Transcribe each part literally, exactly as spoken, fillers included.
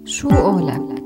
شو قولك؟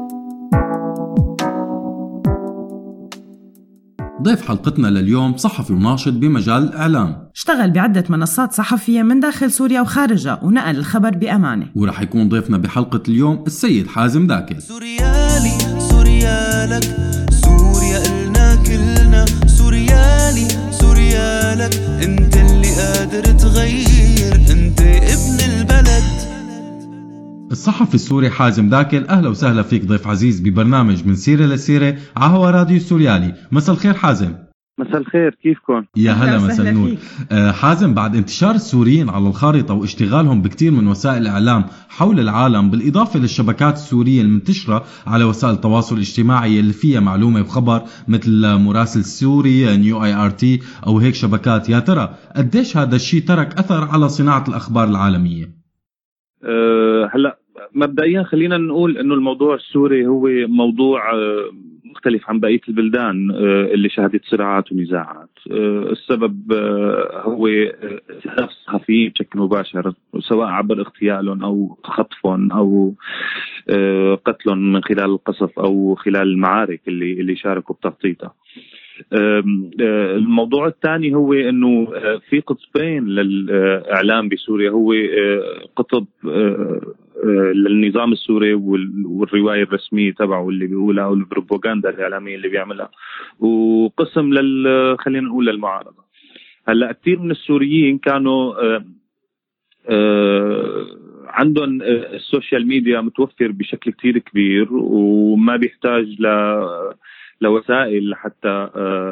ضيف حلقتنا لليوم صحفي وناشط بمجال الإعلام، اشتغل بعدة منصات صحفية من داخل سوريا وخارجها ونقل الخبر بأمانة. ورح يكون ضيفنا بحلقة اليوم السيد حازم داكل. سوريالي سوريالك سوريا إلنا كلنا، سوريالي سوريالك انت اللي قادر تغير، انت ابن البلد. الصحفي السوري حازم داكل، أهلا وسهلا فيك ضيف عزيز ببرنامج من سيرة لسيرة على هوا راديو سوريالي. مساء الخير حازم. مساء الخير، كيفكم؟ يا هلا مساء النور. آه حازم، بعد انتشار السوريين على الخارطة واشتغالهم بكثير من وسائل الإعلام حول العالم، بالإضافة للشبكات السورية المنتشرة على وسائل التواصل الاجتماعي اللي فيها معلومة وخبر مثل مراسل سوري، نيو اي ار تي أو هيك شبكات، يا ترى قديش هذا الشيء ترك أثر على صناعة الأخبار العالمية؟ أه هلا مبدئيا خلينا نقول انه الموضوع السوري هو موضوع أه مختلف عن بقية البلدان أه اللي شهدت صراعات ونزاعات. أه السبب أه هو استهداف الصحفيين بشكل مباشر، سواء عبر اغتيالهم او خطفهم او أه قتلهم من خلال القصف او خلال المعارك اللي اللي شاركوا بتخطيطها. الموضوع الثاني هو انه في قطبين للاعلام بسوريا، هو قطب للنظام السوري والروايه الرسميه تبعه اللي بيقولها او البروباغندا الاعلاميه اللي بيعملها، وقسم لل خلينا نقول للمعارضه. هلا كثير من السوريين كانوا عندهم السوشيال ميديا متوفر بشكل كثير كبير، وما بيحتاج ل لوسائل حتى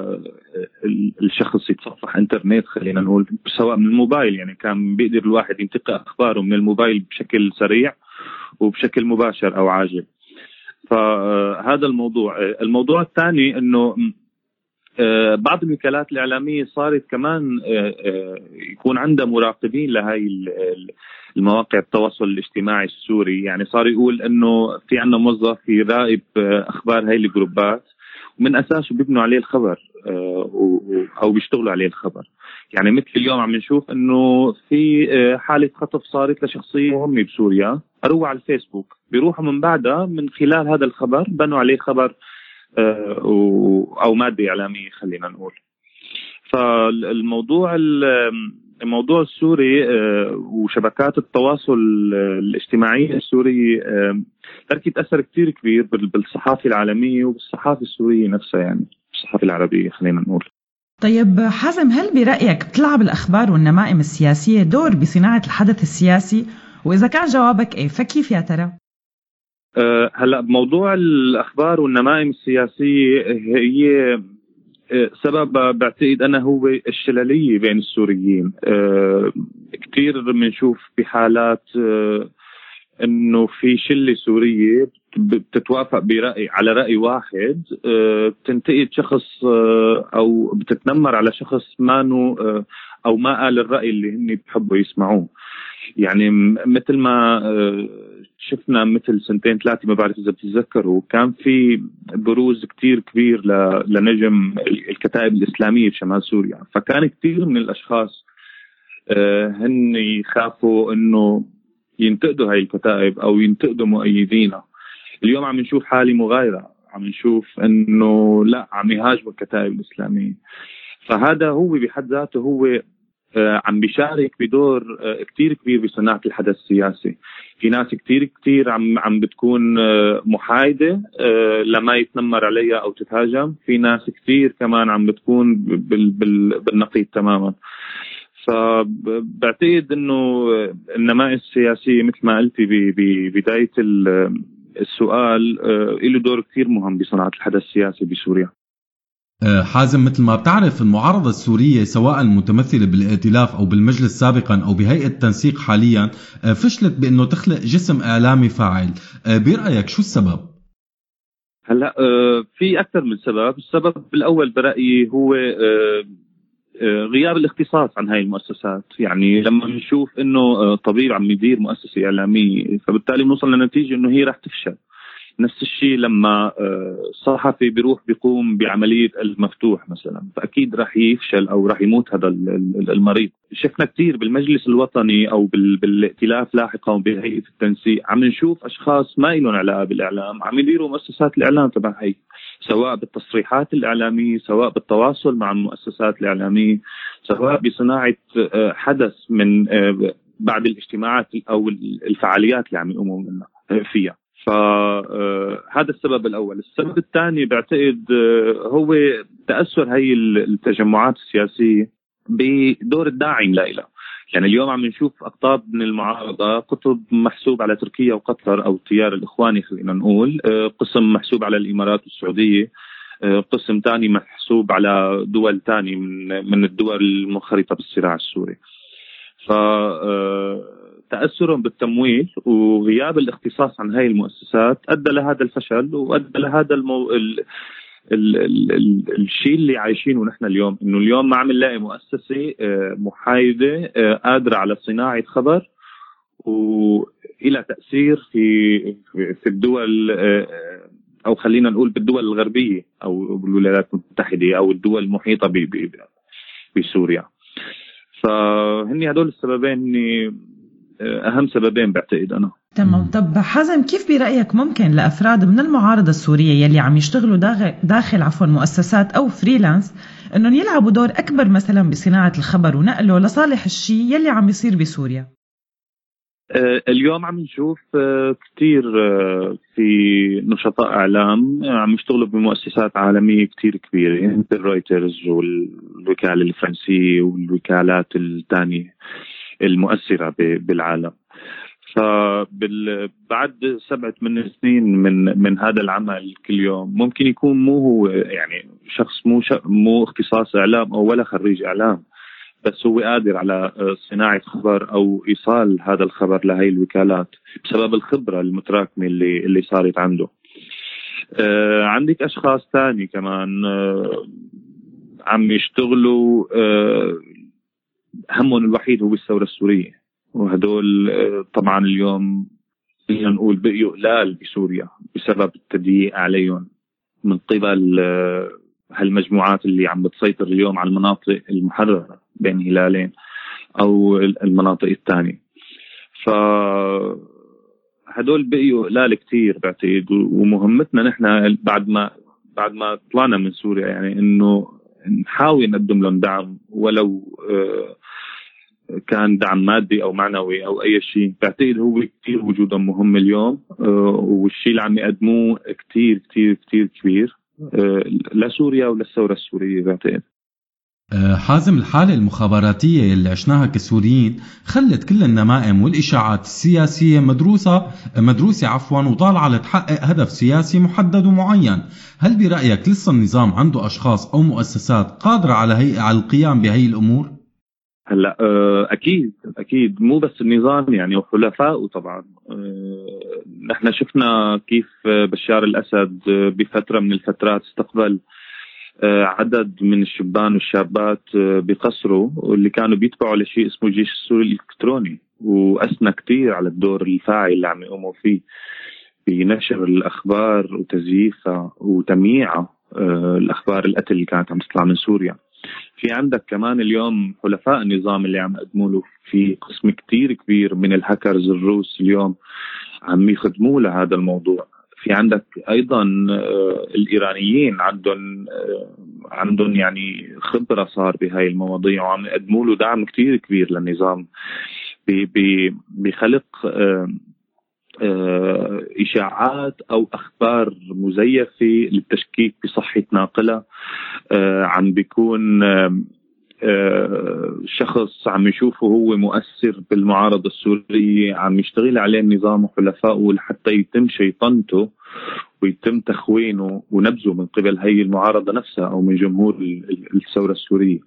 الشخص يتصفح انترنت، خلينا نقول سواء من الموبايل. يعني كان بيقدر الواحد ينتقي اخباره من الموبايل بشكل سريع وبشكل مباشر او عاجل. فهذا الموضوع. الموضوع الثاني انه بعض الوكالات الإعلامية صارت كمان يكون عندها مراقبين لهي المواقع التواصل الاجتماعي السوري. يعني صار يقول انه في عندنا موظف يراقب اخبار هاي الجروبات ومن اساسه بيبنوا عليه الخبر او بيشتغلوا عليه الخبر. يعني مثل اليوم عم نشوف انه في حالة خطف صارت لشخصية مهمة بسوريا، قروها على الفيسبوك، بيروحوا من بعدها من خلال هذا الخبر بنوا عليه خبر او مادة إعلامية خلينا نقول. فالموضوع الموضوع السوري وشبكات التواصل الاجتماعي السوري تركت أثر كتير كبير بالصحافة العالمية وبالصحافة السورية نفسها، يعني الصحافة العربية خلينا نقول. طيب حازم، هل برأيك بتلعب الأخبار والنمائم السياسية دور بصناعة الحدث السياسي؟ وإذا كان جوابك إيه فكيف يا ترى؟ أه هلا بموضوع الأخبار والنمائم السياسية، هي سبب بعتقد أنا هو الشلالية بين السوريين. أه كتير بنشوف بحالات أه إنه في شلة سورية بتتوافق برأي على رأي واحد، أه بتنتقد شخص أه أو بتتنمر على شخص مانو أه أو ما قال الرأي اللي هن بحبوا يسمعوه. يعني مثل ما أه شفنا مثل سنتين ثلاثة، ما بعرف إذا بتتذكروا، كان في بروز كتير كبير لنجم الكتائب الإسلامية بشمال سوريا. فكان كتير من الأشخاص هن يخافوا إنه ينتقدوا هاي الكتائب أو ينتقدوا مؤيدينها. اليوم عم نشوف حالة مغايرة، عم نشوف إنه لا، عم يهاجموا الكتائب الإسلامية. فهذا هو بحد ذاته هو عم بيشارك بدور كتير كبير بصناعة الحدث السياسي. في ناس كتير كتير عم عم بتكون محايدة لما يتنمر عليها أو تتهاجم، في ناس كتير كمان عم بتكون بال بال بالنقيض تماما. فبعتقد إنه النمائم السياسية مثل ما قلتي ببداية السؤال له دور كتير مهم بصناعة الحدث السياسي بسوريا. حازم، مثل ما بتعرف المعارضة السورية سواء المتمثلة بالائتلاف أو بالمجلس سابقا أو بهيئة التنسيق حاليا فشلت بأنه تخلق جسم إعلامي فاعل. برأيك شو السبب؟ هلأ في أكثر من سبب. السبب الأول برأيي هو غياب الاختصاص عن هاي المؤسسات. يعني لما نشوف إنه طبيب عم يدير مؤسسة إعلامية، فبالتالي بنوصل لنتيجة إنه هي راح تفشل. نفس الشيء لما صحفي بيروح بيقوم بعملية المفتوح مثلا، فأكيد رح يفشل أو رح يموت هذا المريض. شفنا كتير بالمجلس الوطني أو بالائتلاف لاحقا بهيئة التنسيق عم نشوف أشخاص ما لهم علاقة بالإعلام عم يديروا مؤسسات الإعلام تبع هي، سواء بالتصريحات الإعلامية، سواء بالتواصل مع المؤسسات الإعلامية، سواء بصناعة حدث من بعد الاجتماعات أو الفعاليات اللي عم يقوموا منها فيها. فهذا السبب الأول. السبب الثاني بعتقد هو تأثر هي التجمعات السياسية بدور الداعم لها. يعني اليوم عم نشوف أقطاب من المعارضة، قطب محسوب على تركيا وقطر أو التيار الإخواني خلينا نقول، قسم محسوب على الإمارات والسعودية، قسم تاني محسوب على دول تاني من من الدول المنخرطة بالصراع السوري. فتأثرهم بالتمويل وغياب الاختصاص عن هاي المؤسسات أدى لهذا الفشل وأدى لهذا المو... ال... ال... ال... ال... الشيء اللي عايشينه نحن اليوم، إنه اليوم ما عم نلاقي مؤسسة محايدة قادرة على صناعة خبر وإلى تأثير في في الدول، أو خلينا نقول بالدول الغربية أو بالولايات المتحدة أو الدول المحيطة ب... ب... بسوريا. فهني هدول السببين أهم سببين بعتقد أنا. تمام. طب حازم، كيف برأيك ممكن لأفراد من المعارضة السورية يلي عم يشتغلوا داخل, داخل عفوا مؤسسات أو فريلانس أنهم يلعبوا دور أكبر مثلا بصناعة الخبر ونقله لصالح الشيء يلي عم يصير بسوريا؟ اليوم عم نشوف كتير في نشطاء إعلام عم يشتغلوا بمؤسسات عالمية كتير كبيرة مثل رويترز والوكالة الفرنسية والوكالات الثانية المؤثرة بالعالم. فبعد سبعة من سنين من من هذا العمل كل يوم ممكن يكون مو هو يعني شخص مو مو اختصاص إعلام أو ولا خريج إعلام، بس هو قادر على صناعة خبر أو إيصال هذا الخبر لهي الوكالات بسبب الخبرة المتراكمة اللي اللي صارت عنده. آه عندك أشخاص تاني كمان آه عم يشتغلوا آه همهم الوحيد هو الثورة السورية، وهدول آه طبعا اليوم فينا نقول بقيوا قلال بسوريا بسبب التضييق عليهم من قبل آه هالمجموعات اللي عم بتسيطر اليوم على المناطق المحررة بين هلالين أو المناطق الثانية. فهدول بقيوا قلال كتير بعتقد، ومهمتنا نحن بعد ما بعد ما طلعنا من سوريا يعني إنه نحاول نقدم لهم دعم ولو كان دعم مادي أو معنوي أو أي شيء. بعتقد هو كتير وجودهم مهم اليوم، والشيء اللي عم يقدموه كتير كتير كتير كبير لسوريا وللثورة السورية بعتقد. حازم، الحالة المخابراتية اللي عشناها كسوريين خلت كل النمائم والإشاعات السياسية مدروسة مدروسة عفوا وطالعة لتحقق هدف سياسي محدد ومعين. هل برأيك لسه النظام عنده أشخاص أو مؤسسات قادرة على هي على القيام بهي الأمور؟ هلا أكيد أكيد مو بس النظام يعني وحلفائه طبعا. نحن شفنا كيف بشار الأسد بفترة من الفترات استقبل عدد من الشبان والشابات بقصره اللي كانوا بيتبعوا لشيء اسمه الجيش السوري الإلكتروني، وأثنى كتير على الدور الفاعل اللي عم يقوموا فيه بنشر الأخبار وتزييفها وتمييعها، الأخبار القتل اللي كانت عم تطلع من سوريا. في عندك كمان اليوم حلفاء النظام اللي عم يقدموا له في قسم كتير كبير من الهاكرز الروس اليوم عم يخدموا لهذا الموضوع. في عندك أيضا الإيرانيين عندهم عندهم يعني خبرة صار بهاي المواضيع وعم يقدموا له دعم كتير كبير للنظام بخلق إشاعات أو أخبار مزيفة للتشكيك بصحة ناقلة. عم بيكون شخص عم يشوفه هو مؤثر بالمعارضة السورية عم يشتغل عليه النظام وحلفائه لحتى يتم شيطنته ويتم تخوينه ونبذه من قبل هي المعارضة نفسها أو من جمهور الثورة السورية.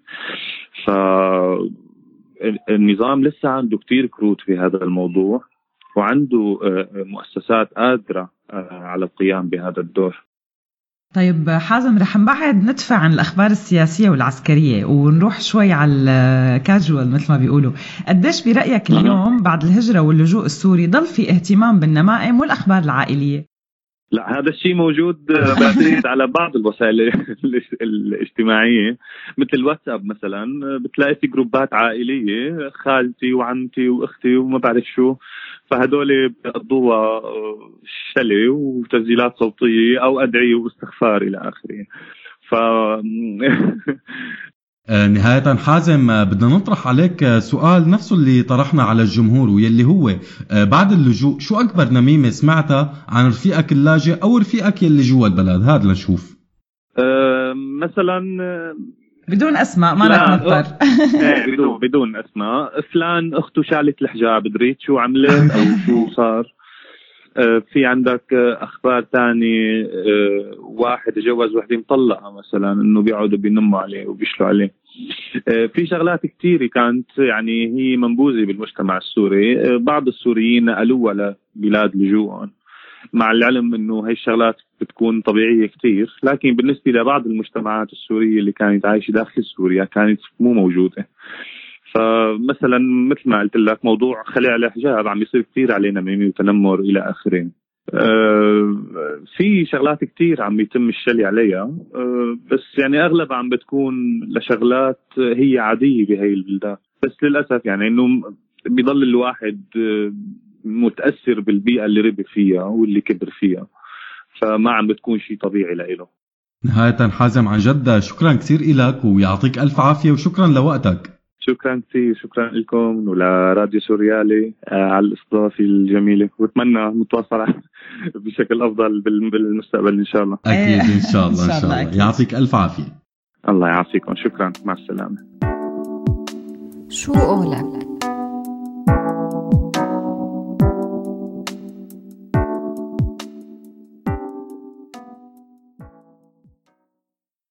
فالنظام لسه عنده كتير كروت في هذا الموضوع وعنده مؤسسات قادرة على القيام بهذا الدور. طيب حازم، رح نبعد ندفع عن الأخبار السياسية والعسكرية ونروح شوي على الكاجوال مثل ما بيقولوا. قديش برأيك اليوم بعد الهجرة واللجوء السوري ضل في اهتمام بالنمائم والأخبار العائلية؟ لا، هذا الشيء موجود بعتقد على بعض الوسائل الاجتماعية مثل الواتساب مثلا. بتلاقي في جروبات عائلية، خالتي وعمتي واختي وما بعرف شو، فهدول بيقضوها شلة وتسجيلات صوتية أو أدعية واستغفار إلى آخره. ف نهاية حازم، بدنا نطرح عليك سؤال نفسه اللي طرحنا على الجمهور، واللي هو بعد اللجوء شو أكبر نميمة سمعتها عن رفيقك اللاجئ أو رفيقك يلي جوا البلد؟ هذا لنشوف. أه مثلا بدون أسماء، ما لك نضطر. بدون بدون أسماء. فلان أخته شالت الحجاب، دريت شو عملت أو شو صار؟ في عندك أخبار تاني، واحد جوز وحدة مطلقة مثلا، إنه بيقعدوا بينموا عليه وبيشلوا عليه. في شغلات كتيرة كانت يعني هي منبوذة بالمجتمع السوري. بعض السوريين نقلوها لبلاد لجوءهم، مع العلم إنه هاي الشغلات بتكون طبيعية كتير، لكن بالنسبة لبعض المجتمعات السورية اللي كانت عايشة داخل سوريا كانت مو موجودة. فمثلا مثل ما قلت لك، موضوع خلع الحجاب عم يصير كثير علينا ميمي وتنمر الى اخره. أه في شغلات كثير عم يتم الشلي عليها، أه بس يعني اغلب عم بتكون لشغلات هي عاديه بهي البلدان. بس للاسف يعني انه بيضل الواحد متاثر بالبيئه اللي ربي فيها واللي كبر فيها، فما عم بتكون شيء طبيعي لإله. نهايه حازم، عن جد شكرا كثير إلك ويعطيك الف عافيه، وشكرا لوقتك. شكرا كثير، شكرا لكم ولراديو سوريالي على الاستضافة الجميلة، واتمنى نتواصل بشكل افضل بالمستقبل ان شاء الله. اكيد ان شاء الله ان شاء الله. يعطيك الف عافية. الله يعافيكم، شكرا، مع السلامة. شو قولك؟